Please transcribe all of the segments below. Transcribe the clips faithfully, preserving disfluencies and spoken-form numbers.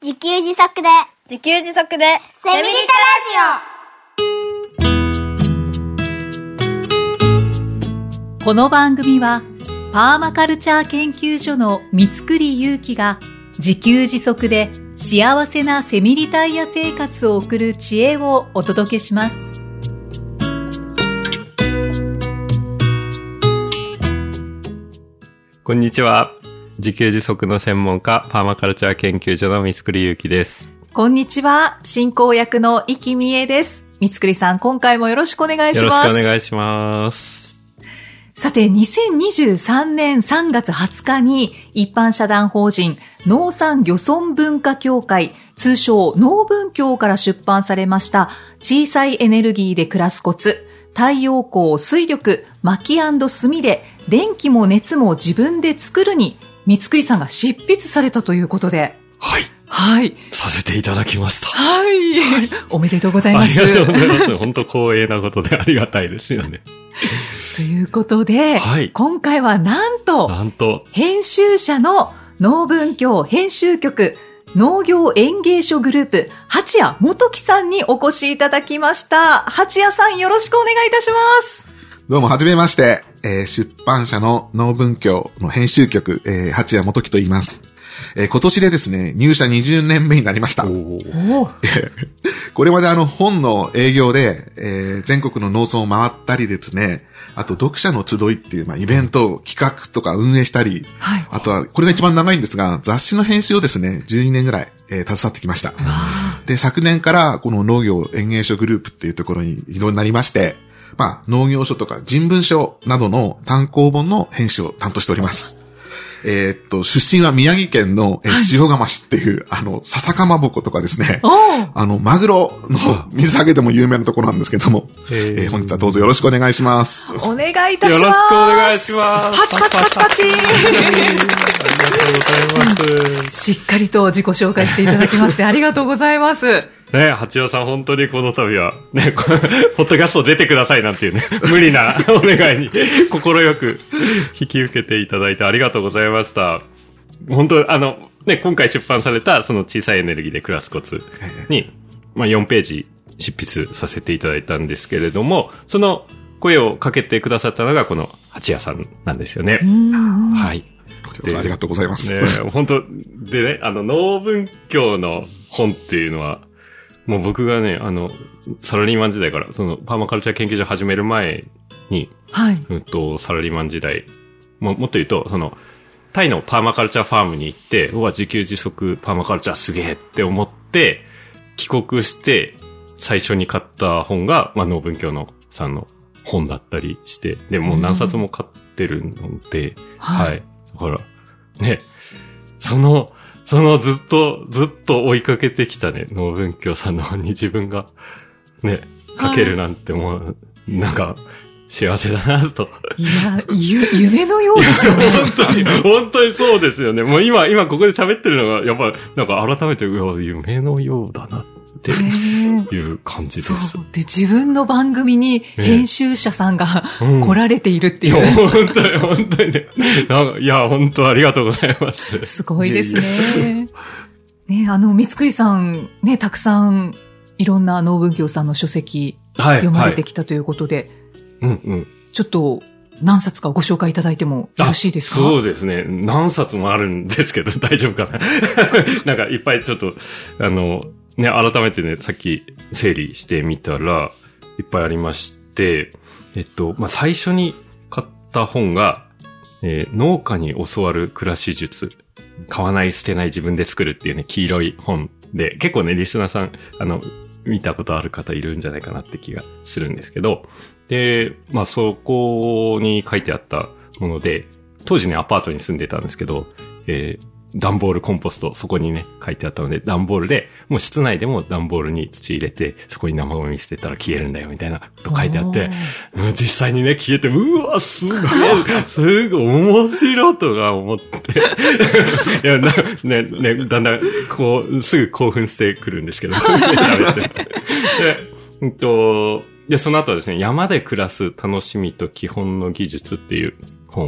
自給自足で自給自足でセミリタラジオ。この番組はパーマカルチャー研究所の三栗祐希が自給自足で幸せなセミリタイヤ生活を送る知恵をお届けします。 こんにちは。自給自足の専門家、パーマカルチャー研究所の三栗祐希です。 こんにちは。進行役の生きみえです。三栗さん、今回もよろしくお願いします。 よろしくお願いします。 さて、にせんにじゅうさんねんさんがつはつかに一般社団法人農産漁村文化協会、通称農文協から出版されました小さいエネルギーで暮らすコツ、太陽光、水力、薪&炭で電気も熱も自分で作るに三栗さんが執筆されたということで。 はい。 はい。 させていただきました。 はい。はい、おめでとうございます。 ありがとうございます。本当光栄なことでありがたいですよね。 ということで、はい、今回はなんと、 なんと、 編集者の農文協編集局農業園芸所グループ、八谷元樹さんにお越しいただきました。八谷さん、よろしくお願いいたします。 どうも、はじめまして。えー、出版社の農文協の編集局、えー、八谷元樹と言います。えー、今年でですね、入社にじゅうねんめになりました。おこれまであの本の営業で、えー、全国の農村を回ったりですね、あと読者の集いっていう、まあ、イベントを企画とか運営したり、はい、あとはこれが一番長いんですが、雑誌の編集をですね、じゅうにねんぐらい、えー、携わってきました。で、昨年からこの農業園芸所グループっていうところに異動になりまして、まあ、農業書とか人文書などの単行本の編集を担当しております。えー、っと、出身は宮城県の、えー、塩釜市っていう、あの、笹かまぼことかですね、あの、マグロの水揚げでも有名なところなんですけども、えー、本日はどうぞよろしくお願いします。 お願いいたします。よろしくお願いします。 パチパチパチパチありがとうございます。 しっかりと自己紹介していただきましてありがとうございます。 ね、八代さん本当にこの度は、ね、ポッドキャスト出てくださいなんていうね、無理なお願いに心よく引き受けていただいてありがとうございました。本当、あの、ね、今回出版されたその小さいエネルギーで暮らすコツに、まあよんページ執筆させていただいたんですけれども、その声をかけてくださったのがこの八谷さんなんですよね。はい。 ありがとうございます。 ね、本当でね、あの、農文協の本っていうのは、もう僕がね、あの、サラリーマン時代から、その、パーマカルチャー研究所始める前に、はい。うんと、サラリーマン時代、も、もっと言うと、その、タイのパーマカルチャーファームに行って、うわ、自給自足パーマカルチャーすげえって思って、帰国して、最初に買った本が、まあ、農文協のさんの本だったりして、で、もう何冊も買ってるので、うん、はい、はい。だから、ね、その、そのずっと、ずっと追いかけてきたね、農文協さんの本に自分が、ね、書けるなんてもう、なんか、幸せだなと。 いや、ゆ、夢のようですよね。 本当に、本当にそうですよね。もう今、今ここで喋ってるのが、やっぱ、なんか改めて、うわ、夢のようだなっていう感じです。 そう。で、自分の番組に編集者さんが来られているっていう。 うん、いや、本当に、本当にね。なんかいや、本当ありがとうございます。 すごいですね。ね、あの、三栗さん、ね、たくさん、いろんな農文協さんの書籍、はい、読まれてきたということで、はいうんうん。ちょっと、何冊かご紹介いただいてもよろしいですか？ そうですね。何冊もあるんですけど、大丈夫かななんか、いっぱいちょっと、あの、ね、改めてね、さっき整理してみたら、いっぱいありまして、えっと、まあ、最初に買った本が、えー、農家に教わる暮らし術。買わない、捨てない、自分で作るっていうね、黄色い本で、結構ね、リスナーさん、あの、見たことある方いるんじゃないかなって気がするんですけど、で、まあ、そこに書いてあったもので、当時ね、アパートに住んでたんですけど、えー、段ボールコンポスト、そこにね、書いてあったので、段ボールで、もう室内でも段ボールに土入れて、そこに生ゴミ捨てたら消えるんだよ、みたいなこと書いてあって、実際にね、消えて、うわ、すごい、すごい、面白いとか思って、いや、な、ね、ね、だんだん、こう、すぐ興奮してくるんですけど、喋って。で、うんと、で、その後はですね、山で暮らす楽しみと基本の技術っていう本を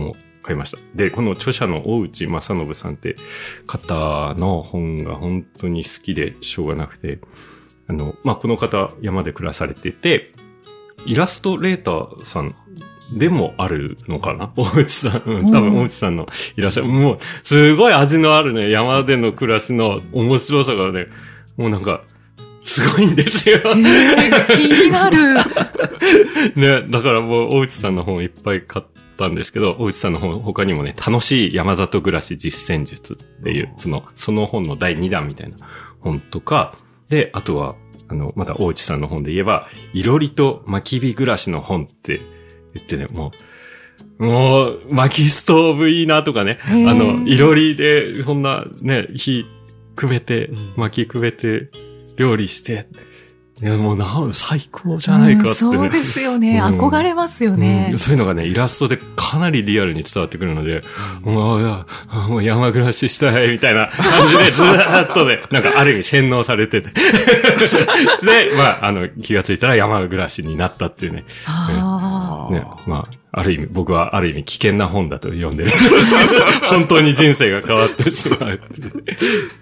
買いました。で、この著者の大内正信さんって方の本が本当に好きでしょうがなくて、あの、まあ、この方山で暮らされてて、イラストレーターさんでもあるのかな大内さん、うん、多分大内さんのイラスト、もう、すごい味のあるね、山での暮らしの面白さがね、もうなんか、すごいんですよ。えー、 気になる。 ね、だからもう大内さんの本いっぱい買ったんですけど、大内さんの本他にもね、楽しい山里暮らし実践術っていう、その、その本のだいにだんみたいな本とか、で、あとは、あの、また大内さんの本で言えば、いろりと薪火暮らしの本って言ってね、もう、もう、薪ストーブいいなとかね、あの、いろりで、こんなね、火くべて、薪くべて、料理して、いやもうな、最高じゃないかって、ね、うん、 そうですよね、うん。憧れますよね、 うん。そういうのがね、イラストでかなりリアルに伝わってくるので、うん、もう、いや、もう山暮らししたいみたいな感じでずーっとね、なんかある意味洗脳されてて。で、まあ、あの、気がついたら山暮らしになったっていうね。あね、まあ、ある意味、僕はある意味危険な本だと読んでる。本当に人生が変わってしまうっていう。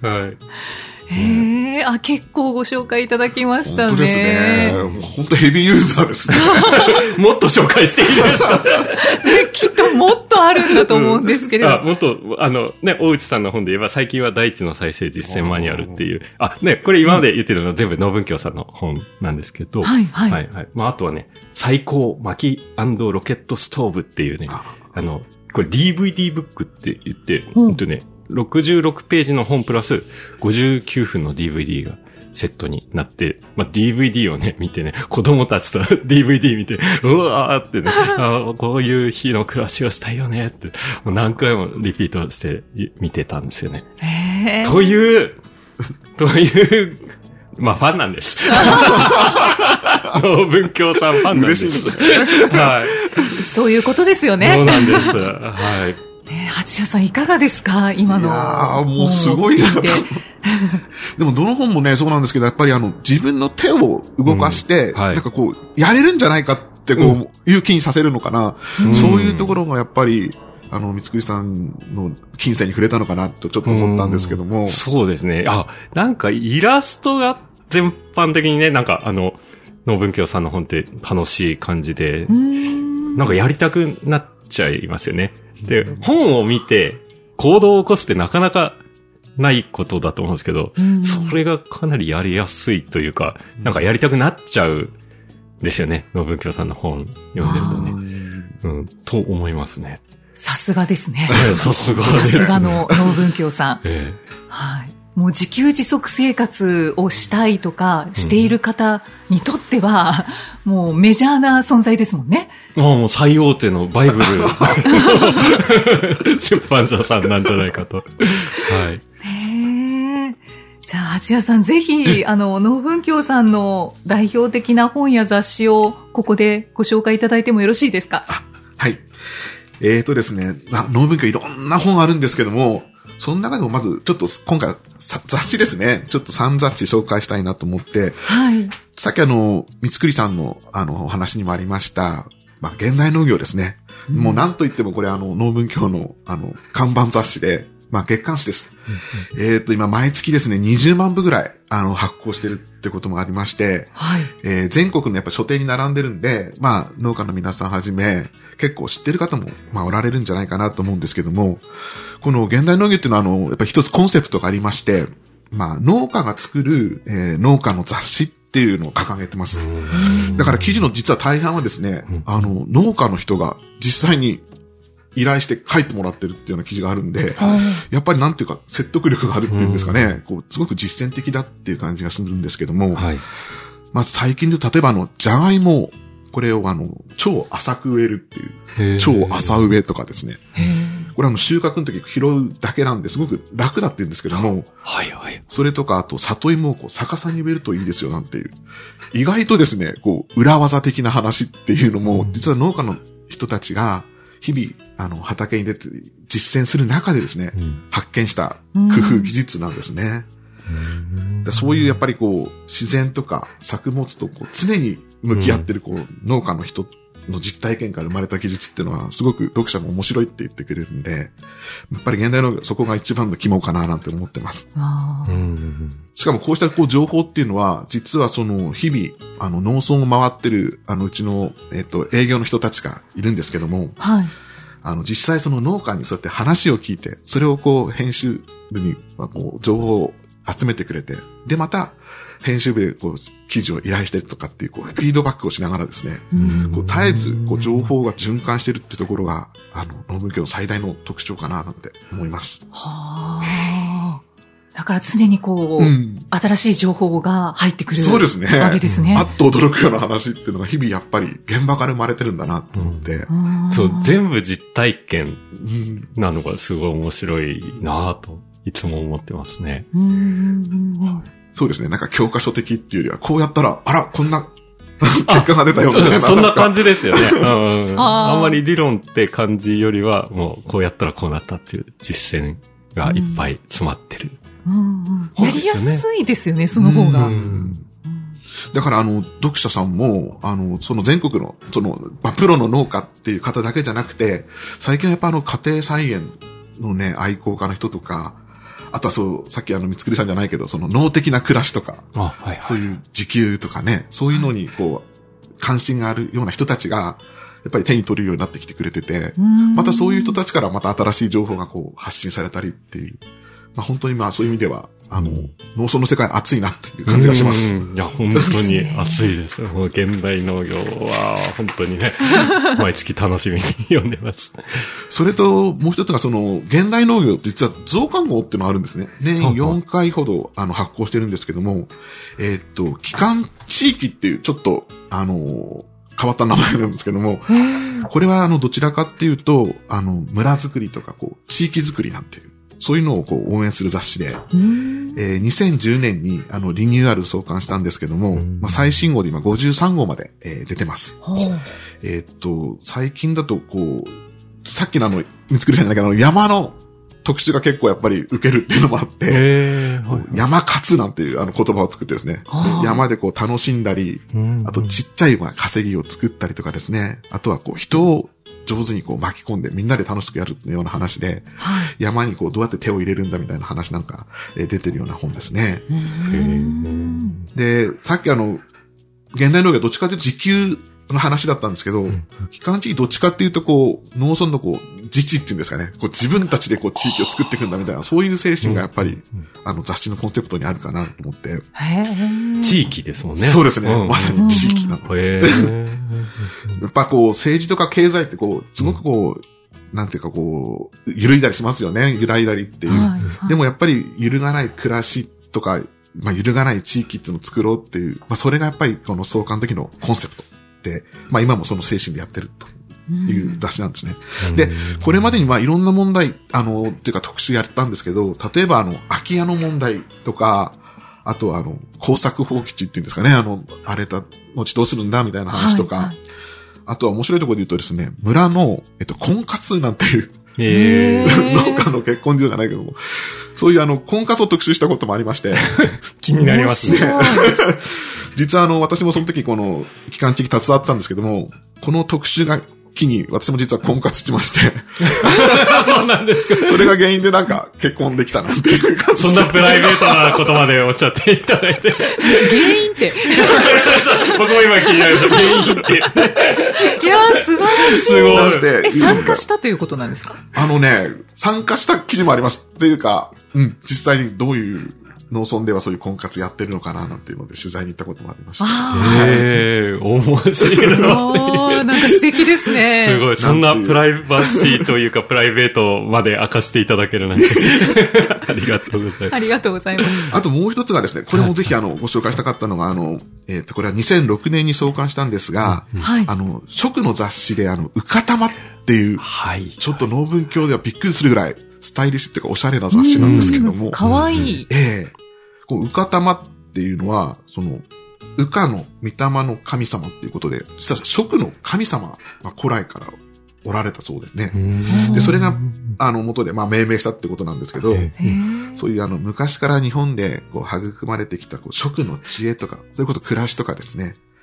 はい。 へえ、あ、結構ご紹介いただきましたね。 本当ですね。本当ヘビーユーザーですね。 もっと紹介していいですかね、 きっともっとあるんだと思うんですけれど。 うん、あもっと、あの、ね、大内さんの本で言えば、最近は大地の再生実践マニュアルっていう。あ、ね、これ今まで言ってるのは全部農文教さんの本なんですけど。 はい、はい。 はい、はい。まあ、あとはね、最高薪&ロケットストーブっていうね、あの、これ ディーブイディー ブックって言って、ほんとね、ろくじゅうろくページの本プラスごじゅうきゅうふんの ディーブイディー がセットになって、まあ、ディーブイディー をね、見てね、子供たちと ディーブイディー 見て、うわーってね、あこういう日の暮らしをしたいよねって、もう何回もリピートして見てたんですよね。 へー。 という、という、まあ、ファンなんです。農文教さんファンなんです。 嬉しいですね。 はい。 そういうことですよね。 そうなんです。はい。 ね、八谷さんいかがですか今の。いやーもうすごいなと。でもどの本もね、そうなんですけど、やっぱりあの、自分の手を動かして、うんはい、なんかこう、やれるんじゃないかってこう、うん、いう気にさせるのかな、うん。そういうところがやっぱり、あの、三栗さんの金銭に触れたのかなとちょっと思ったんですけども。 うん、そうですね。あ、なんかイラストが全般的にね、なんかあの、農文教さんの本って楽しい感じで、なんかやりたくなっちゃいますよね。で、本を見て行動を起こすってなかなかないことだと思うんですけど、それがかなりやりやすいというか、なんかやりたくなっちゃうんですよね。農文教さんの本読んでるとね。うん、と思いますね。 さすがですね。 さすがです。 さすがの農文教さん。 ええ、 はい。もう自給自足生活をしたいとかしている方にとっては、うん、もうメジャーな存在ですもんね。 ああもう最大手のバイブル出版社さんなんじゃないかと。はい。 へえ。じゃあ、八谷さんぜひ、あの、農文教さんの代表的な本や雑誌をここでご紹介いただいてもよろしいですか？ あ、はい。えーとですね、農文教いろんな本あるんですけども、その中でもまずちょっと今回雑誌ですね。ちょっとさん雑誌紹介したいなと思って。 はい。 さっきあの、三栗さんのあの、お話にもありました、まあ、現代農業ですね。うん、もう何と言ってもこれあの、農文教のあの、看板雑誌で、まあ、月刊誌です。うんうん、えっと、今毎月ですね、にじゅうまんぶぐらい、あの、発行してるってこともありまして、 はい。 えー、全国のやっぱ書店に並んでるんで、まあ、農家の皆さんはじめ、結構知ってる方も、まあ、おられるんじゃないかなと思うんですけども、この現代農業っていうのはあの、やっぱ一つコンセプトがありまして、まあ、農家が作る、えー、農家の雑誌っていうのを掲げてます。だから記事の実は大半はですね、あの、農家の人が実際に依頼して書いてもらってるっていうような記事があるんで、やっぱりなんていうか説得力があるっていうんですかね、こう、すごく実践的だっていう感じがするんですけども、 はい、 まあ最近で例えばあの、じゃがいも、これをあの、超浅く植えるっていう、超浅植えとかですね。これあの収穫の時拾うだけなんですごく楽だって言うんですけども、 はいはい。 それとかあと里芋をこう逆さに植えるといいですよなんていう、意外とですね、こう、裏技的な話っていうのも、実は農家の人たちが日々、あの、畑に出て実践する中でですね、うん、発見した工夫技術なんですね。うん、そういうやっぱりこう、自然とか作物とこう常に向き合ってるこう、農家の人っの実体験から生まれた技術っていうのは、すごく読者も面白いって言ってくれるんで、やっぱり現代農業、そこが一番の肝かななんて思ってます。 あー、うん、 しかもこうしたこう情報っていうのは、実はその日々、あの農村を回ってる、あのうちの、えっと、営業の人たちがいるんですけども、 はい。 あの実際その農家にそうやって話を聞いて、それをこう編集部にこう情報を集めてくれて、でまた編集部でこう記事を依頼してとかっていうこうフィードバックをしながらですね、こう絶えずこう情報が循環してるってところが、あの農文教の最大の特徴かななんて思います。 はあ。だから常にこう、うん、新しい情報が入ってくる。 そうですね。 わけですね。 あっと驚くような話っていうのが日々やっぱり現場から生まれてるんだなと思って。 うん、そう、全部実体験なのがすごい面白いなといつも思ってますね。 うんうんうん、 そうですね。なんか教科書的っていうよりは、こうやったら、あら、こんな結果が出たよみたいな。 そんな感じですよね。うん、あ, あんまり理論って感じよりは、もうこうやったらこうなったっていう実践がいっぱい詰まってる。 うんうんうん、やりやすいですよね、その方が。うんだから、あの、読者さんも、あの、その全国の、その、まあ、プロの農家っていう方だけじゃなくて、最近はやっぱあの、家庭菜園のね、愛好家の人とか、あとはそう、さっきあの、三つくりさんじゃないけど、その、農的な暮らしとか、 あ、はいはい、 そういう自給とかね、そういうのに、こう、関心があるような人たちが、やっぱり手に取るようになってきてくれてて、またそういう人たちからまた新しい情報がこう、発信されたりっていう、まあ本当にまあそういう意味では、あの、農村の世界熱いなっていう感じがします。 いや、本当に熱いです。もう現代農業は本当にね、毎月楽しみに読んでます。 それと、もう一つがその、現代農業、実は増刊号っていうのがあるんですね。年よんかいほど、あの、発行してるんですけども、えーっと、期間地域っていう、ちょっと、あの、変わった名前なんですけども、これはあの、どちらかっていうと、あの、村づくりとか、こう、地域づくりなんていう、そういうのをこう応援する雑誌で、えー、にせんじゅうねんにあのリニューアル創刊したんですけども、まあ、最新号で今ごじゅうさんごうまで、えー、出てます。えー、っと、最近だとこう、さっきのあの、三つくりさんじゃないけど、山の特集が結構やっぱり受けるっていうのもあって、はい、山活なんていうあの言葉を作ってですね、山でこう楽しんだり、あとちっちゃい稼ぎを作ったりとかですね、あとはこう人を上手にこう巻き込んでみんなで楽しくやるっていうような話で、はい、山にこうどうやって手を入れるんだみたいな話なんか、えー、出てるような本ですね。で、さっきあの、現代農業どっちかというと自給の話だったんですけど、期間地域どっちかっていうとこう、農村のこう、自治っていうんですかね、こう自分たちでこう地域を作っていくんだみたいな、そういう精神がやっぱり、あの雑誌のコンセプトにあるかなと思って。 地域ですもんね。 そうですね。うん、まさに地域なの。 へやっぱこう、政治とか経済ってこう、すごくこう、なんていうかこう、揺るいだりしますよね。揺らいだりっていう。はいはい、でもやっぱり揺るがない暮らしとか、まあ揺るがない地域っていうのを作ろうっていう、まあそれがやっぱりこの創刊の時のコンセプトで、まあ今もその精神でやってるという雑誌なんですね。うん、で、これまでにまあいろんな問題、あの、っていうか特集やったんですけど、例えばあの、空き家の問題とか、あとはあの、耕作放棄地っていうんですかね、あの、荒れた後どうするんだみたいな話とか、はいはい、あとは面白いところで言うとですね、村の、えっと、婚活なんていう、 えー、 農家の結婚所じゃないけども、そういうあの、婚活を特集したこともありまして。 気になりますね。 実はあの、私もその時この、期間地域携わってたんですけども、この特集が機に、私も実は婚活しまして。 そうなんですか。 それが原因でなんか、結婚できたなんていう感じ。 そんなプライベートなことまでおっしゃっていただいて。 原因って僕も今気になる原因って。 いやー、素晴らしい。 すごい。 え、参加したということなんですか？ あのね、参加した記事もあります。っていうか、うん、実際にどういう農村ではそういう婚活やってるのかななんていうので取材に行ったこともありました。 へー、面白い。 なんか素敵ですね。 すごい。そんなプライバシーというかプライベートまで明かしていただけるなんて。ありがとうございます。 ありがとうございます。 あともう一つがですね、これもぜひあの、ご紹介したかったのが、あの、えっと、これはにせんろくねんに創刊したんですが、はい、あの、食の雑誌であの、うかたまっていう、はい、ちょっと農文教ではびっくりするぐらい、スタイリッシュっていうかおしゃれな雑誌なんですけども。 かわいい。 ええー、こう、うかたまっていうのは、その、うかの御霊の神様っていうことで、実は食の神様が古来からおられたそうですね。で、それが、あの、元で、まあ、命名したってことなんですけど、そういうあの、昔から日本で、こう、育まれてきた、こう、食の知恵とか、そういうこと、暮らしとかですね。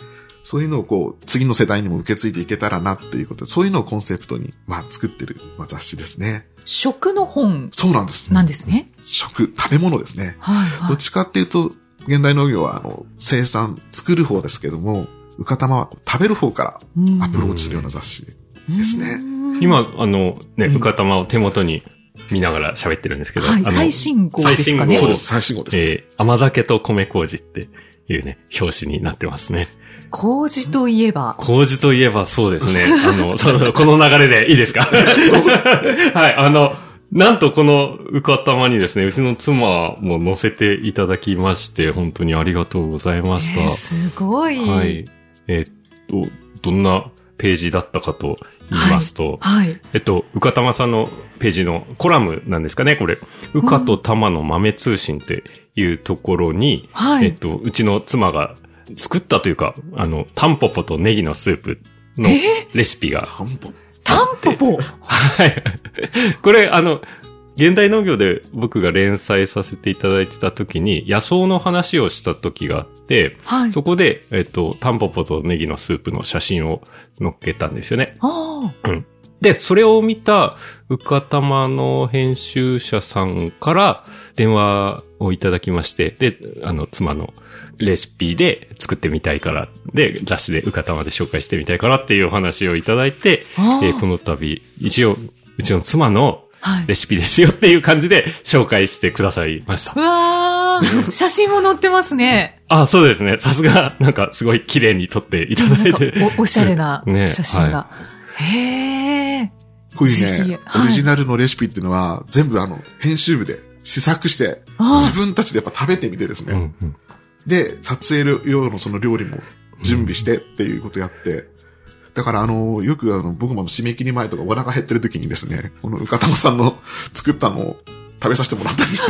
そういうのをこう、次の世代にも受け継いでいけたらなっていうことで、そういうのをコンセプトに、まあ、作ってる、まあ、雑誌ですね。 食の本。 そうなんです。 なんですね。 食、食べ物ですね。 はいはい。 どっちかっていうと、現代農業は、あの、生産、作る方ですけども、うかたまは食べる方からアプローチするような雑誌ですね。 今、あの、ね、うかたまを手元に見ながら喋ってるんですけど。 はい、最新号ですかね。 そうです、最新号です。 えー、甘酒と米麹っていうね、表紙になってますね。 麹といえば。 麹といえばそうですね。あの、その、この流れでいいですかはい、あの、なんとこのうかたまにですね、うちの妻も載せていただきまして、本当にありがとうございました。 えー、すごい。 はい。えー、っと、どんなページだったかと言いますと、 はい。はい、 えっと、うかたまさんのページのコラムなんですかね、これ。うかとたまの豆通信っていうところに、はい、えっと、うちの妻が作ったというか、あの、タンポポとネギのスープのレシピが。 タンポポタンポポはい。これ、あの、現代農業で僕が連載させていただいてた時に、野草の話をした時があって、はい、そこで、えっと、タンポポとネギのスープの写真を載っけたんですよね。 あうん。で、それを見た、うかたまの編集者さんから電話をいただきまして、で、あの、妻のレシピで作ってみたいから、で、雑誌でうかたまで紹介してみたいからっていうお話をいただいて、えー、この度、一応、うちの妻のレシピですよっていう感じで紹介してくださいました。 うわー、写真も載ってますね。 あ、そうですね。さすが、なんかすごい綺麗に撮っていただいて。 お, おしゃれな写真が。ね、はい、へー。 こういうね、オリジナルのレシピっていうのは、全部あの、編集部で試作して、自分たちでやっぱ食べてみてですね。うんうん、で、撮影用のその料理も準備してっていうことやって、うん、だからあの、よくあの、僕も締め切り前とかお腹減ってる時にですね、このうかたまさんの作ったのを食べさせてもらったりして。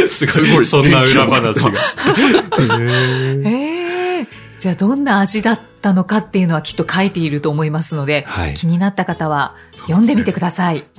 すごい。すごいそんな裏話が。 へー。じゃあどんな味だったのかっていうのはきっと書いていると思いますので、はい、気になった方は読んでみてください。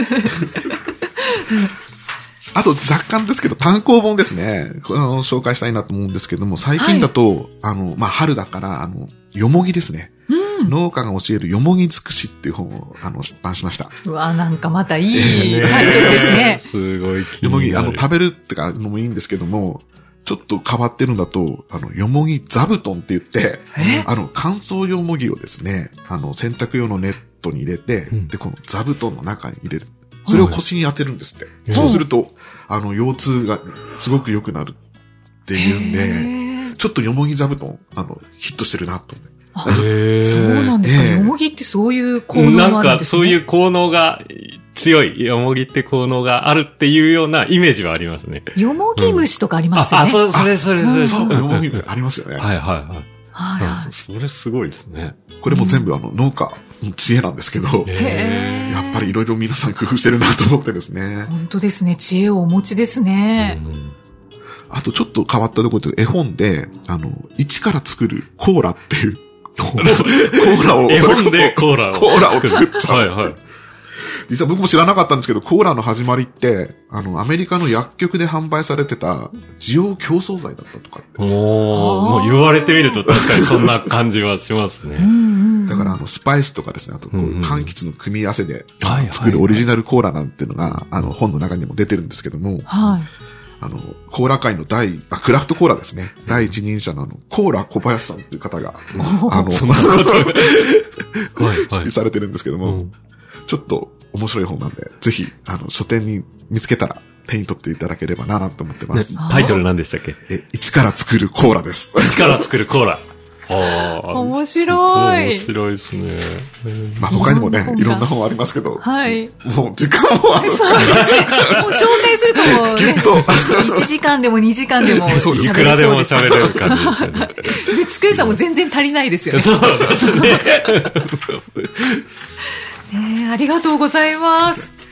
あと若干ですけど単行本ですね。これを紹介したいなと思うんですけども、最近だと、はい、あの、まあ、春だから、あの、よもぎですね。うん、農家が教えるよもぎ尽くしっていう本をあの出版しました。 うわ、なんかまたいいタイトルですね。 すごい気になる。 よもぎ、あの、食べるってかのもいいんですけども、ちょっと変わってるんだと、あの、よもぎ座布団って言って、あの、乾燥よもぎをですね、あの、洗濯用のネットに入れて、うん、で、この座布団の中に入れる。それを腰に当てるんですって。はい、そうすると、あの、腰痛がすごく良くなるっていうんで、ちょっとよもぎ座布団、あの、ヒットしてるなと思って。 あ、そうなんですか。よもぎってそういう効能があるんですね。 なんかそういう効能が強い、よもぎって効能があるっていうようなイメージはありますね。 よもぎ虫とかありますよね。 うん、あ、あ、それ、それ、それ、 それ。そう、よもぎ虫ありますよね。 はいはいはい。 はいはい、 それすごいですね。 これも全部あの農家の知恵なんですけど、 へやっぱりいろいろ皆さん工夫してるなと思ってですね。 本当ですね。知恵をお持ちですね。 うん、あとちょっと変わったところで絵本で、あの、一から作るコーラっていう、コーラを、 絵本でコーラを。 コーラを作っちゃう。 はいはい。 実は僕も知らなかったんですけど、コーラの始まりって、あの、アメリカの薬局で販売されてた、需要競争剤だったとかって。 おー、もう言われてみると確かにそんな感じはしますね。 だから、あの、スパイスとかですね、あと、こう、柑橘の組み合わせで作るオリジナルコーラなんていうのが、あの、本の中にも出てるんですけども、 はい。 あの、コーラ界の第、あ、クラフトコーラですね。第一人者のあの、コーラ小林さんっていう方が、あの、執筆されてるんですけども、ちょっと面白い本なんで、ぜひ、あの、書店に見つけたら手に取っていただければなと思ってます。 ね、タイトル何でしたっけ？ え、一から作るコーラです。 一から作るコーラ。ああ。 面白い。 面白いですね。 まあ他にもね、いろんな本ありますけど。 はい。 もう時間は。 そうですね。もう紹介するともう、ね、ぎゅっと。いちじかんでもにじかんでも。 そうです。いくらでも喋れる感じですよね。 で、つくえさんも全然足りないですよね。 そうですね。 ねえ、ありがとうございます。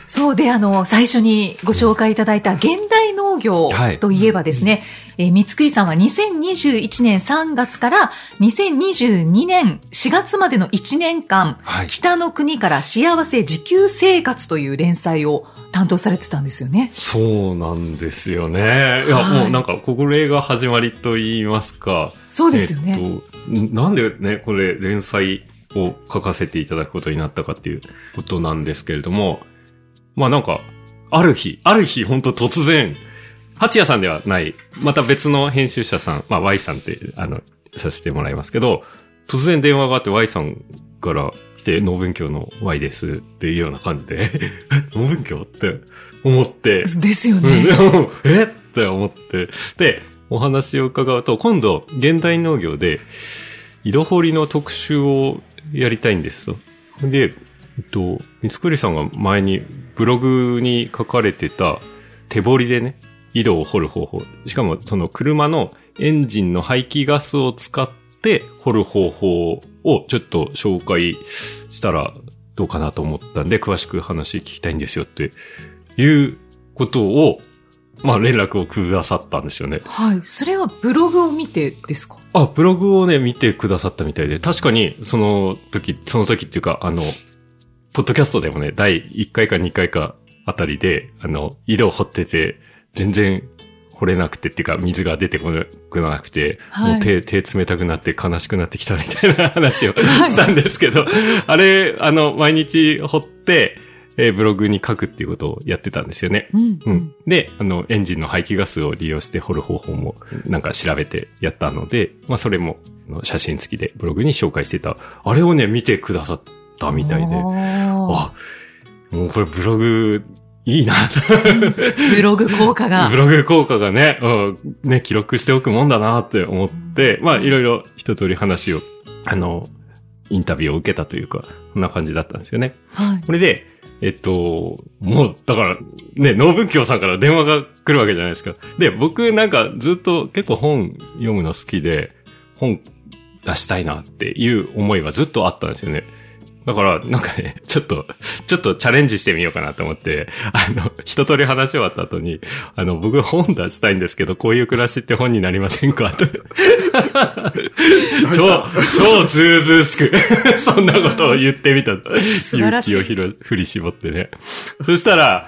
そうで、あの、最初にご紹介いただいた現代農業といえばですね、はい、えー、三つくりさんはにせんにじゅういちねんさんがつからにせんにじゅうにねんしがつまでのいちねんかん、はい、北の国から幸せ自給生活という連載を担当されてたんですよね。 そうなんですよね。いや、はい、もうなんか、これが始まりと言いますか。 そうですよね。 えっと、なんでね、これ連載を書かせていただくことになったかっていうことなんですけれども、まあなんか、ある日、ある日本当突然、八谷さんではない、また別の編集者さん、まあ Y さんって、あの、させてもらいますけど、突然電話があって Y さんから来て、農文教の Y ですっていうような感じで、農文教って思って。 ですよね。 うん、えって思って。で、お話を伺うと、今度、現代農業で、井戸掘りの特集をやりたいんですと。で、えっと、三つくりさんが前にブログに書かれてた手掘りでね、井戸を掘る方法。しかもその車のエンジンの排気ガスを使って掘る方法をちょっと紹介したらどうかなと思ったんで、詳しく話聞きたいんですよっていうことを、まあ連絡をくださったんですよね。 はい。それはブログを見てですか？ あ、ブログをね、見てくださったみたいで、確かにその時、その時っていうか、あの、ポッドキャストでもね、だいいっかいかにかいかあたりで、あの、井戸を掘ってて、全然掘れなくてっていうか、水が出てこなくて、はい、もう手、手冷たくなって悲しくなってきたみたいな話をしたんですけど、はい、あれ、あの、毎日掘って、えー、ブログに書くっていうことをやってたんですよね。うん。うん。で、あの、エンジンの排気ガスを利用して掘る方法もなんか調べてやったので、まあそれも写真付きでブログに紹介してた。あれをね、見てくださったみたいで。あ、もうこれブログいいな。 ブログ効果が。 ブログ効果がね、うん、ね、記録しておくもんだなって思って、まあいろいろ一通り話を、あの、インタビューを受けたというか、こんな感じだったんですよね。はい。これで、えっと、もう、だから、ね、農文教さんから電話が来るわけじゃないですか。で、僕なんかずっと結構本読むの好きで、本出したいなっていう思いはずっとあったんですよね。だから、なんかね、ちょっと、ちょっとチャレンジしてみようかなと思って、あの、一通り話し終わった後に、あの、僕本出したいんですけど、こういう暮らしって本になりませんかと。超、超ずうずうしく、そんなことを言ってみた。勇気をひろ振り絞ってね。そしたら、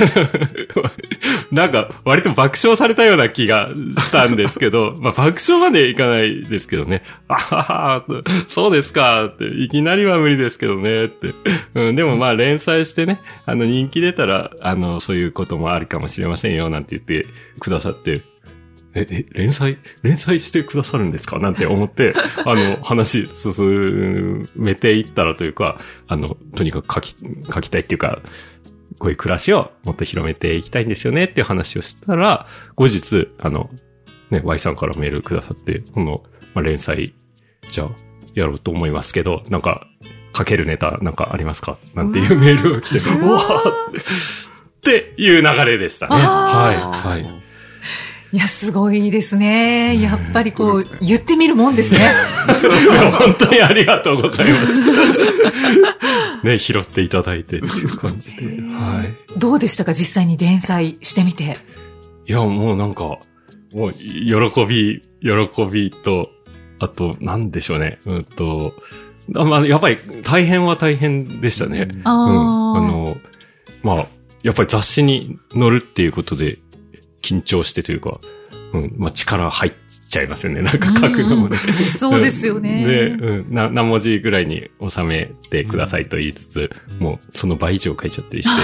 なんか、割と爆笑されたような気がしたんですけど、まあ、爆笑までいかないですけどね。あはは、そうですかって、いきなりは無理ですけどねって。うん、でもまあ連載してね、あの人気出たら、あの、そういうこともあるかもしれませんよ、なんて言ってくださって、え、え、連載連載してくださるんですかなんて思って、あの、話進めていったらというか、あの、とにかく書き、書きたいっていうか、こういう暮らしをもっと広めていきたいんですよねっていう話をしたら、後日、あの、ね、Y さんからメールくださって、この、まあ、連載、じゃあ、やろうと思いますけど、なんか、書けるネタなんかありますかなんていうメールが来て、うわーっていう流れでしたね。はい、はい。 いや、すごいですね。やっぱりこう、言ってみるもんですね。いや、本当にありがとうございます。ね、拾っていただいてっていう感じで。はい。 どうでしたか実際に連載してみて。 いや、もうなんか、もう、喜び、喜びと、あと、なんでしょうね。うんと、まあ、やっぱり大変は大変でしたね。うん。あの、まあ、やっぱり雑誌に載るっていうことで緊張してというか、うん、まあ力入っちゃいますよね。なんか書くのもね。 そうですよね。 で、うん、な、何文字ぐらいに収めてくださいと言いつつ、うん、もうその倍以上書いちゃったりして、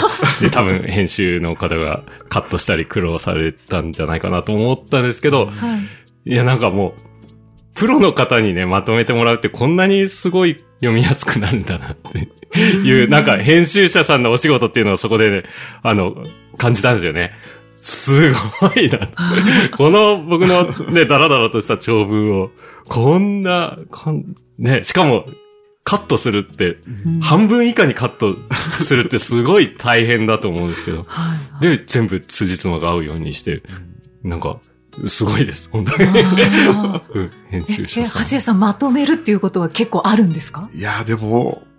で、多分編集の方がカットしたり苦労されたんじゃないかなと思ったんですけど、はい、いや、なんかもう、プロの方にね、まとめてもらうってこんなにすごい読みやすくなるんだなっていう、なんか編集者さんのお仕事っていうのをそこでね、あの、感じたんですよね。すごいな。この僕のね、ダラダラとした長文を、こんな、かんね、しかも、カットするって、半分以下にカットするってすごい大変だと思うんですけど、で、全部辻褄が合うようにして、なんか、すごいです、本当に。うん、編集者さん。 え、八谷さんまとめるっていうことは結構あるんですか？ いや、でも、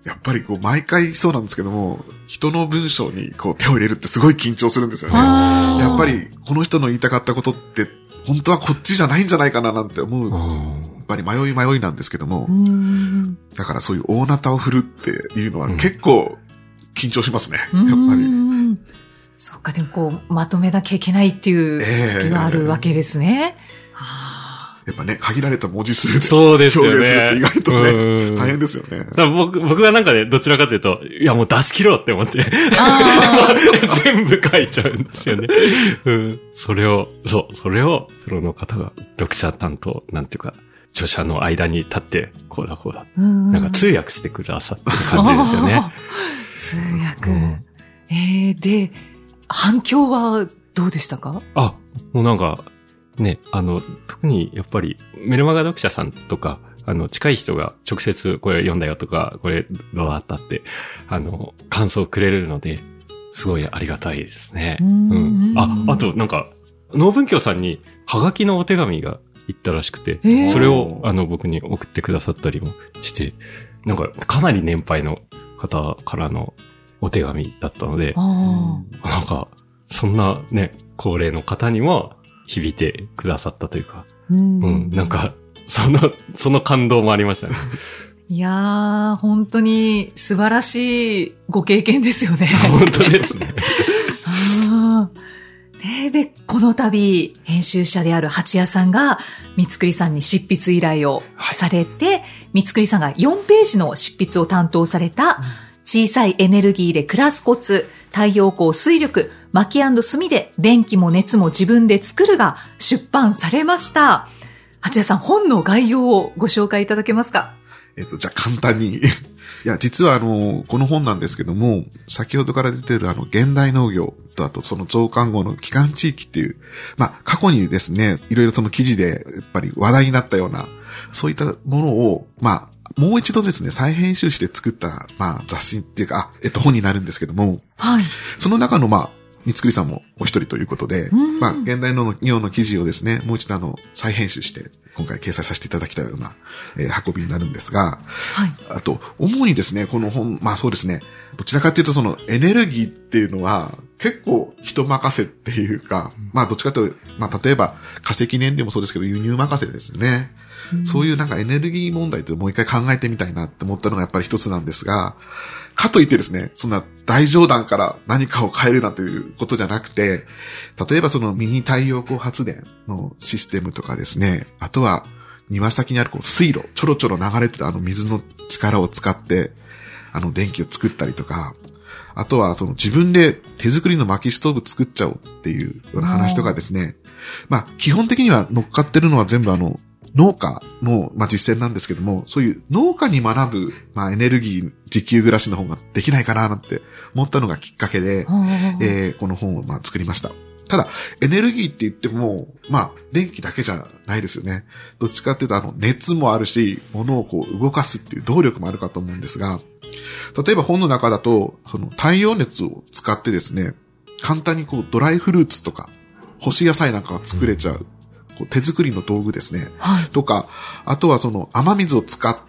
やっぱりこう、毎回そうなんですけども、人の文章にこう手を入れるってすごい緊張するんですよね。やっぱり、この人の言いたかったことって、本当はこっちじゃないんじゃないかななんて思う。やっぱり迷い迷いなんですけども、だからそういう大ナタを振るっていうのは結構緊張しますね。やっぱり。 そうか、でもこう、まとめなきゃいけないっていう時はあるわけですね。 えーやっぱね、限られた文字数でそうですよね。 表現するって意外とね、大変ですよね。 だから僕、僕はなんかね、どちらかというと、いやもう出し切ろうって思って、全部書いちゃうんですよね。うん。それを、そう、それを、プロの方が、読者担当、なんていうか、著者の間に立って、こうだこうだ。なんか通訳してくださってる感じですよね。 通訳。うん、えー、で、反響はどうでしたか？ あ、もうなんか、ね、あの、特にやっぱりメルマガ読者さんとか、あの、近い人が直接これ読んだよとか、これどうだったって、あの、感想をくれるので、すごいありがたいですね。うん,、うん。あ、あとなんか、農文教さんにハガキのお手紙が行ったらしくて、えー、それをあの僕に送ってくださったりもして、なんかかなり年配の方からのお手紙だったので、なんか、そんなね、高齢の方にも、響いてくださったというか、うん、うん、なんか、その、その感動もありましたね。 いやー、本当に素晴らしいご経験ですよね。 本当ですね。 あで, で、この度、編集者である八谷さんが、三つくりさんに執筆依頼をされて、はい、三つくりさんがよんページの執筆を担当された、うん小さいエネルギーで暮らすコツ、太陽光水力、薪&炭で電気も熱も自分で作るが出版されました。八谷さん、本の概要をご紹介いただけますか？ えっと、じゃあ簡単に。いや、実はあの、この本なんですけども、先ほどから出てるあの、現代農業とあとその増刊号の基幹地域っていう、まあ、過去にですね、いろいろその記事でやっぱり話題になったような、そういったものを、まあ、もう一度ですね、再編集して作った、まあ、雑誌っていうか、えっと、本になるんですけども、はい。その中の、まあ、三つくりさんもお一人ということで、まあ、現代の業の記事をですね、もう一度あの、再編集して、今回掲載させていただきたような、えー、運びになるんですが、はい。あと、主にですね、この本、まあそうですね、どちらかというとそのエネルギーっていうのは、結構人任せっていうか、まあどっちかというと、まあ例えば化石燃料もそうですけど輸入任せですね。うん、そういうなんかエネルギー問題ってもう一回考えてみたいなって思ったのがやっぱり一つなんですが、かといってですね、そんな大冗談から何かを変えるなんていうことじゃなくて、例えばそのミニ太陽光発電のシステムとかですね、あとは庭先にあるこう水路、ちょろちょろ流れてるあの水の力を使って、あの電気を作ったりとか、あとはその自分で手作りの薪ストーブ作っちゃおうっていうような話とかですね。まあ基本的には乗っかってるのは全部あの農家の、まあ、実践なんですけども、そういう農家に学ぶ、まあ、エネルギー自給暮らしの方ができないかななんて思ったのがきっかけで、えー、この本をまあ作りました。ただ、エネルギーって言っても、まあ、電気だけじゃないですよね。どっちかっていうと、あの、熱もあるし、物をこう動かすっていう動力もあるかと思うんですが、例えば本の中だと、その太陽熱を使ってですね、簡単にこうドライフルーツとか、干し野菜なんかが作れちゃう。うんこう手作りの道具ですね。はい。とか、あとはその雨水を使って、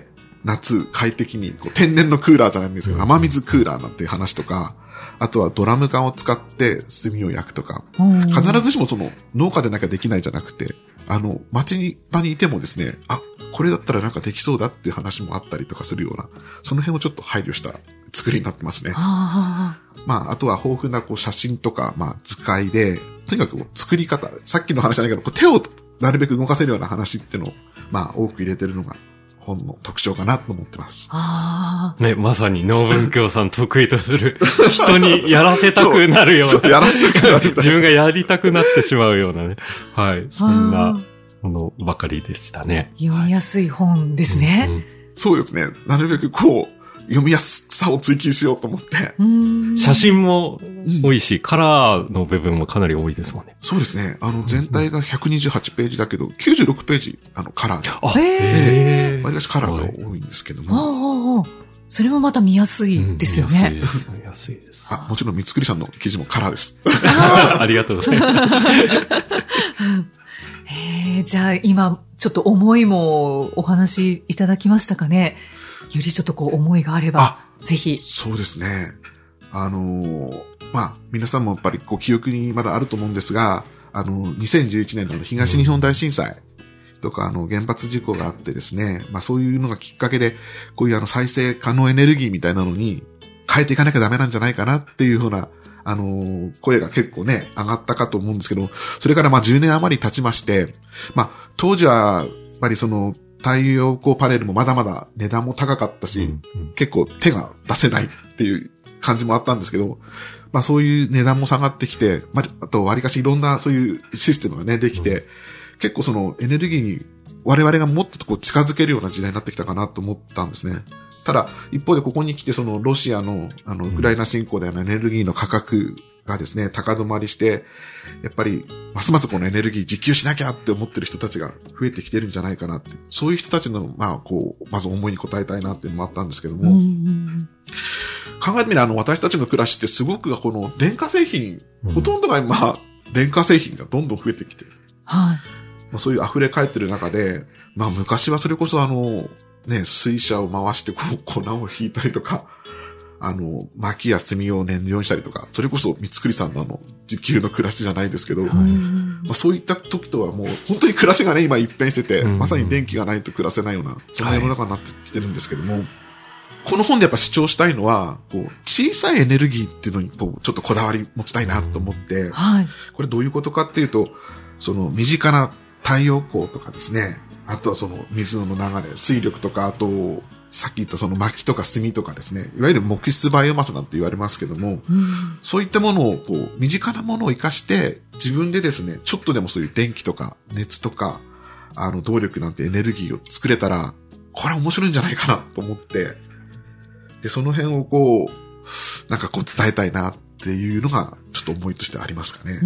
夏快適にこう天然のクーラーじゃないんですけど、雨水クーラーなんていう話とか、あとはドラム缶を使って炭を焼くとか、必ずしもその農家でなきゃできないじゃなくて、あの、町場にいてもですね、あ、これだったらなんかできそうだっていう話もあったりとかするような、その辺をちょっと配慮した作りになってますね。あまあ、あとは豊富なこう写真とか、まあ、図解で、とにかくこう作り方、さっきの話じゃないけど、こう手をなるべく動かせるような話っていうのを、まあ、多く入れてるのが、本の特徴かなと思ってます。 あね、まさに農文教さん得意とする人にやらせたくなるような。 ちょっとやらせたくなる。 自分がやりたくなってしまうようなね。はい。そんなものばかりでしたね。 読みやすい本ですね。 うんうん、そうですね。なるべくこう、読みやすさを追求しようと思って。 写真も多いし、うん、カラーの部分もかなり多いですもんね。 そうですね。あの、全体がひゃくにじゅうはちページだけど、きゅうじゅうろくページ、あの、カラーで。 あ、へー。割り出しカラーが多いんですけども。 ああ、それもまた見やすいですよね。 うん、見やすいです。見やすいです。 あ、もちろん三つくりさんの記事もカラーです。 ありがとうございます。 えー、じゃあ今、ちょっと思いもお話いただきましたかね。 よりちょっとこう思いがあれば、ぜひ。 そうですね。あのー、まあ、皆さんもやっぱりこう記憶にまだあると思うんですが、あの、にせんじゅういちねんの東日本大震災とか、あの、原発事故があってですね、まあそういうのがきっかけで、こういうあの再生可能エネルギーみたいなのに変えていかなきゃダメなんじゃないかなっていうふうな、あのー、声が結構ね、上がったかと思うんですけど、それからまあじゅうねん余り経ちまして、まあ当時は、やっぱりその、太陽光パネルもまだまだ値段も高かったし、うんうん、結構手が出せないっていう感じもあったんですけど、まあそういう値段も下がってきて、まあ、あと割かしいろんなそういうシステムがね、できて、うん、結構そのエネルギーに我々がもっとこう近づけるような時代になってきたかなと思ったんですね。ただ、一方でここに来てそのロシアのあのウクライナ侵攻でのエネルギーの価格がですね、高止まりして、やっぱりますますこのエネルギー自給しなきゃって思ってる人たちが増えてきてるんじゃないかなって、そういう人たちのまあこう、まず思いに応えたいなっていうのもあったんですけども、うんうん、考えてみればあの私たちの暮らしってすごくこの電化製品、うん、ほとんどが今電化製品がどんどん増えてきてる。はい。まあそういう溢れ返ってる中で、まあ昔はそれこそあの、ね、水車を回してこう粉を引いたりとか、あの、薪や炭を燃料にしたりとか、それこそ三つくりさんのあの、自給の暮らしじゃないですけど、まあそういった時とはもう本当に暮らしがね、今一変してて、まさに電気がないと暮らせないような、そんな世の中になってきてるんですけども、はい、この本でやっぱ主張したいのは、こう、小さいエネルギーっていうのにこう、ちょっとこだわり持ちたいなと思って、はい、これどういうことかっていうと、その身近な太陽光とかですね、あとはその水の流れ、水力とか、あと、さっき言ったその薪とか炭とかですね、いわゆる木質バイオマスなんて言われますけども、うん、そういったものをこう、身近なものを活かして、自分でですね、ちょっとでもそういう電気とか熱とか、あの、動力なんてエネルギーを作れたら、これは面白いんじゃないかなと思って、で、その辺をこう、なんかこう伝えたいなっていうのが、ちょっと思いとしてありますかね。うん、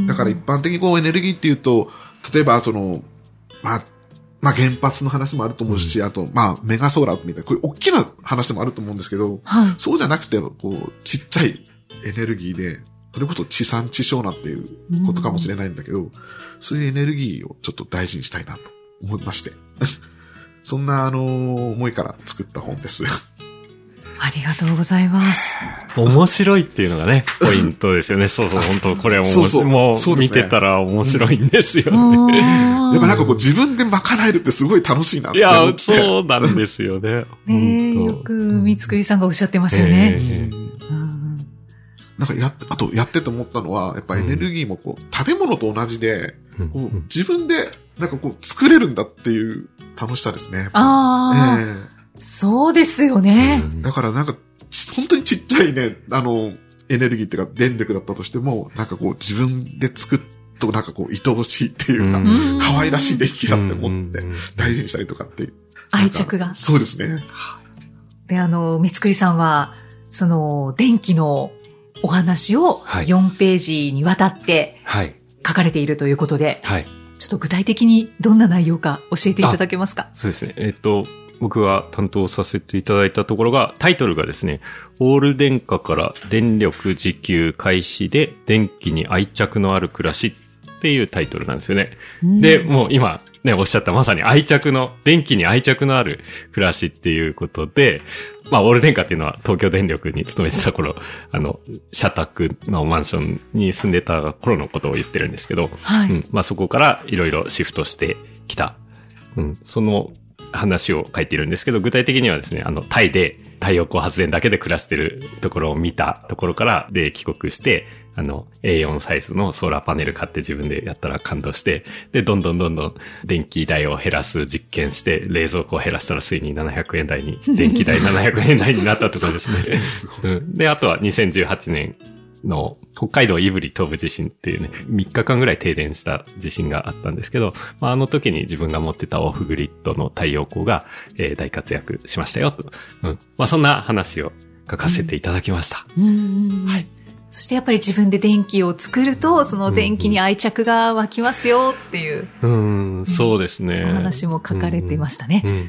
だから一般的にこうエネルギーっていうと、例えばその、まあ、まあ原発の話もあると思うし、うん、あと、まあメガソーラーみたいな、こういう大きな話もあると思うんですけど、はい、そうじゃなくて、こう、ちっちゃいエネルギーで、それこそ地産地消なんていうことかもしれないんだけど、うん、そういうエネルギーをちょっと大事にしたいなと思いまして。そんな、あのー、思いから作った本です。 ありがとうございます。 面白いっていうのがね、ポイントですよね。そうそう、本当これはもう、そうそうもう見てたら面白いんですよね。 やっぱなんかこう自分で賄えるってすごい楽しいなって思って。 いや、そうなんですよね。 ねよく三つくりさんがおっしゃってますよね。えーうん、 なんかやっ、あとやってて思ったのは、やっぱエネルギーもこう、食べ物と同じで、こう自分でなんかこう作れるんだっていう楽しさですね。 ああ。えーそうですよね。 だからなんか、本当にちっちゃいね、あの、エネルギーっていうか電力だったとしても、なんかこう自分で作っとなんかこう愛おしいっていうか、う可愛らしい電気だって思って大事にしたりとかっていう。 愛着が。 そうですね。 で、あの、三つくりさんは、その、電気のお話をよんページにわたって書かれているということで、はい、ちょっと具体的にどんな内容か教えていただけますか？ そうですね。えっと、僕が担当させていただいたところが、タイトルがですね、オール電化から電力自給開始で電気に愛着のある暮らしっていうタイトルなんですよね。で、もう今ね、おっしゃったまさに愛着の、電気に愛着のある暮らしっていうことで、まあ、オール電化っていうのは東京電力に勤めてた頃、あの、社宅のマンションに住んでた頃のことを言ってるんですけど、はい、うん、まあそこからいろいろシフトしてきた。うん、その、話を書いているんですけど、具体的にはですね、あの、タイで太陽光発電だけで暮らしてるところを見たところから、で、帰国して、あの、エーよん サイズのソーラーパネル買って自分でやったら感動して、で、どんどんどんどん電気代を減らす実験して、冷蔵庫を減らしたらついにななひゃくえん台に、電気代ななひゃくえん台になったとかですね。うん、で、あとはにせんじゅうはちねん、の北海道胆振東部地震っていうね、みっかかんぐらい停電した地震があったんですけど、まあ、あの時に自分が持ってたオフグリッドの太陽光が、えー、大活躍しましたよと、うん、まあそんな話を書かせていただきました。 うんうんはい。そしてやっぱり自分で電気を作ると、その電気に愛着が湧きますよっていう。 うん、うん、そうですね。 お話も書かれてましたね。うんうんうん、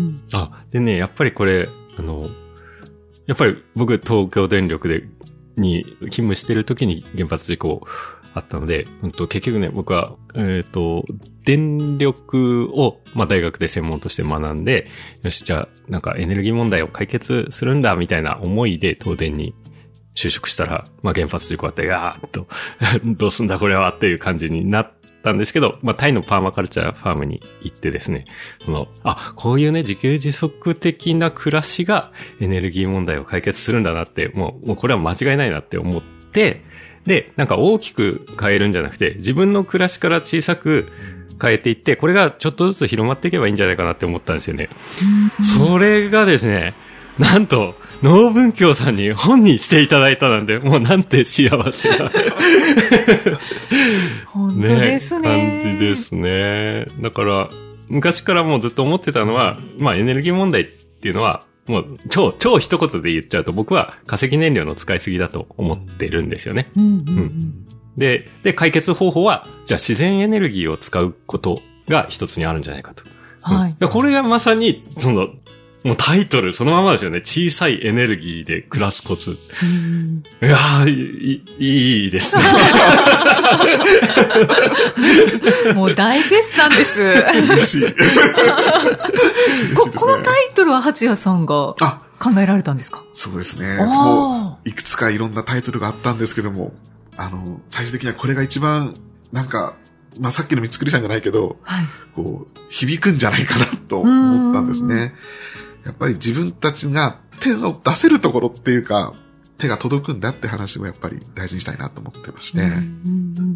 あ、でね、やっぱりこれ、あの、やっぱり僕東京電力でに勤務してる時に原発事故あったので、うんと、結局ね、僕は、えっと、電力を、まあ、大学で専門として学んで、よし、じゃあ、なんかエネルギー問題を解決するんだ、みたいな思いで東電に就職したら、まあ、原発事故あって、あーっと、どうすんだこれはっていう感じになったんですけど、まあ、タイのパーマカルチャーファームに行ってですね、その、あ、こういうね、自給自足的な暮らしがエネルギー問題を解決するんだなって、もう、もうこれは間違いないなって思って、で、なんか大きく変えるんじゃなくて、自分の暮らしから小さく変えていって、これがちょっとずつ広まっていけばいいんじゃないかなって思ったんですよね。それがですね、なんと、農文教さんに本にしていただいたなんで、もうなんて幸せな。 本当ですね。 感じですね。だから、昔からもうずっと思ってたのは、まあエネルギー問題っていうのは、もう超、超一言で言っちゃうと僕は化石燃料の使いすぎだと思ってるんですよね。 うんうんうん、 うん、で、で、解決方法は、じゃあ自然エネルギーを使うことが一つにあるんじゃないかと。 はい。 うん、これがまさに、その、もうタイトルそのままですよね。小さいエネルギーで暮らすコツ。うん、いやーいい、いいですね。 もう大絶賛です。 嬉しい。 こ, このタイトルは八谷さんが考えられたんですか？ そうですね。もういくつかいろんなタイトルがあったんですけども、あの、最終的にはこれが一番、なんか、まあ、さっきの三つくりさんじゃないけど、はい、こう、響くんじゃないかなと思ったんですね。やっぱり自分たちが手を出せるところっていうか、手が届くんだって話をやっぱり大事にしたいなと思ってまして。うんうんうん、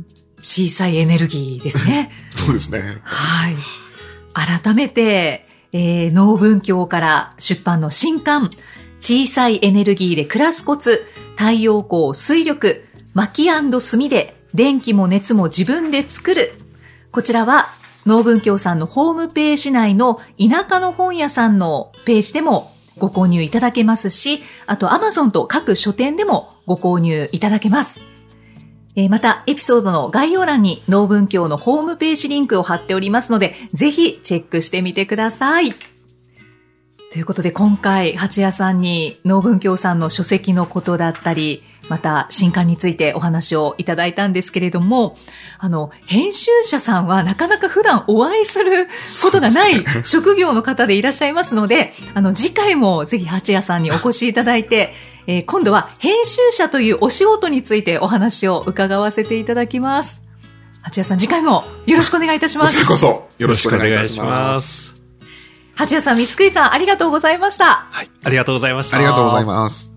小さいエネルギーですね。 そうですね。 はい。改めて、えー、農文教から出版の新刊、小さいエネルギーで暮らすコツ、太陽光、水力、薪&炭で電気も熱も自分で作る。こちらは農文教さんのホームページ内の田舎の本屋さんのページでもご購入いただけますし、あと Amazon と各書店でもご購入いただけます。えー、またエピソードの概要欄に農文教のホームページリンクを貼っておりますので、ぜひチェックしてみてください。ということで今回八谷さんに農文教さんの書籍のことだったり、また新刊についてお話をいただいたんですけれども、あの編集者さんはなかなか普段お会いすることがない職業の方でいらっしゃいますので、あの次回もぜひ八谷さんにお越しいただいて、えー、今度は編集者というお仕事についてお話を伺わせていただきます。八谷さん次回もよろしくお願いいたします。 こちらこそよろしくお願いいたします。 八谷さん、三つくりさん、ありがとうございました。 はい、ありがとうございました。 ありがとうございます。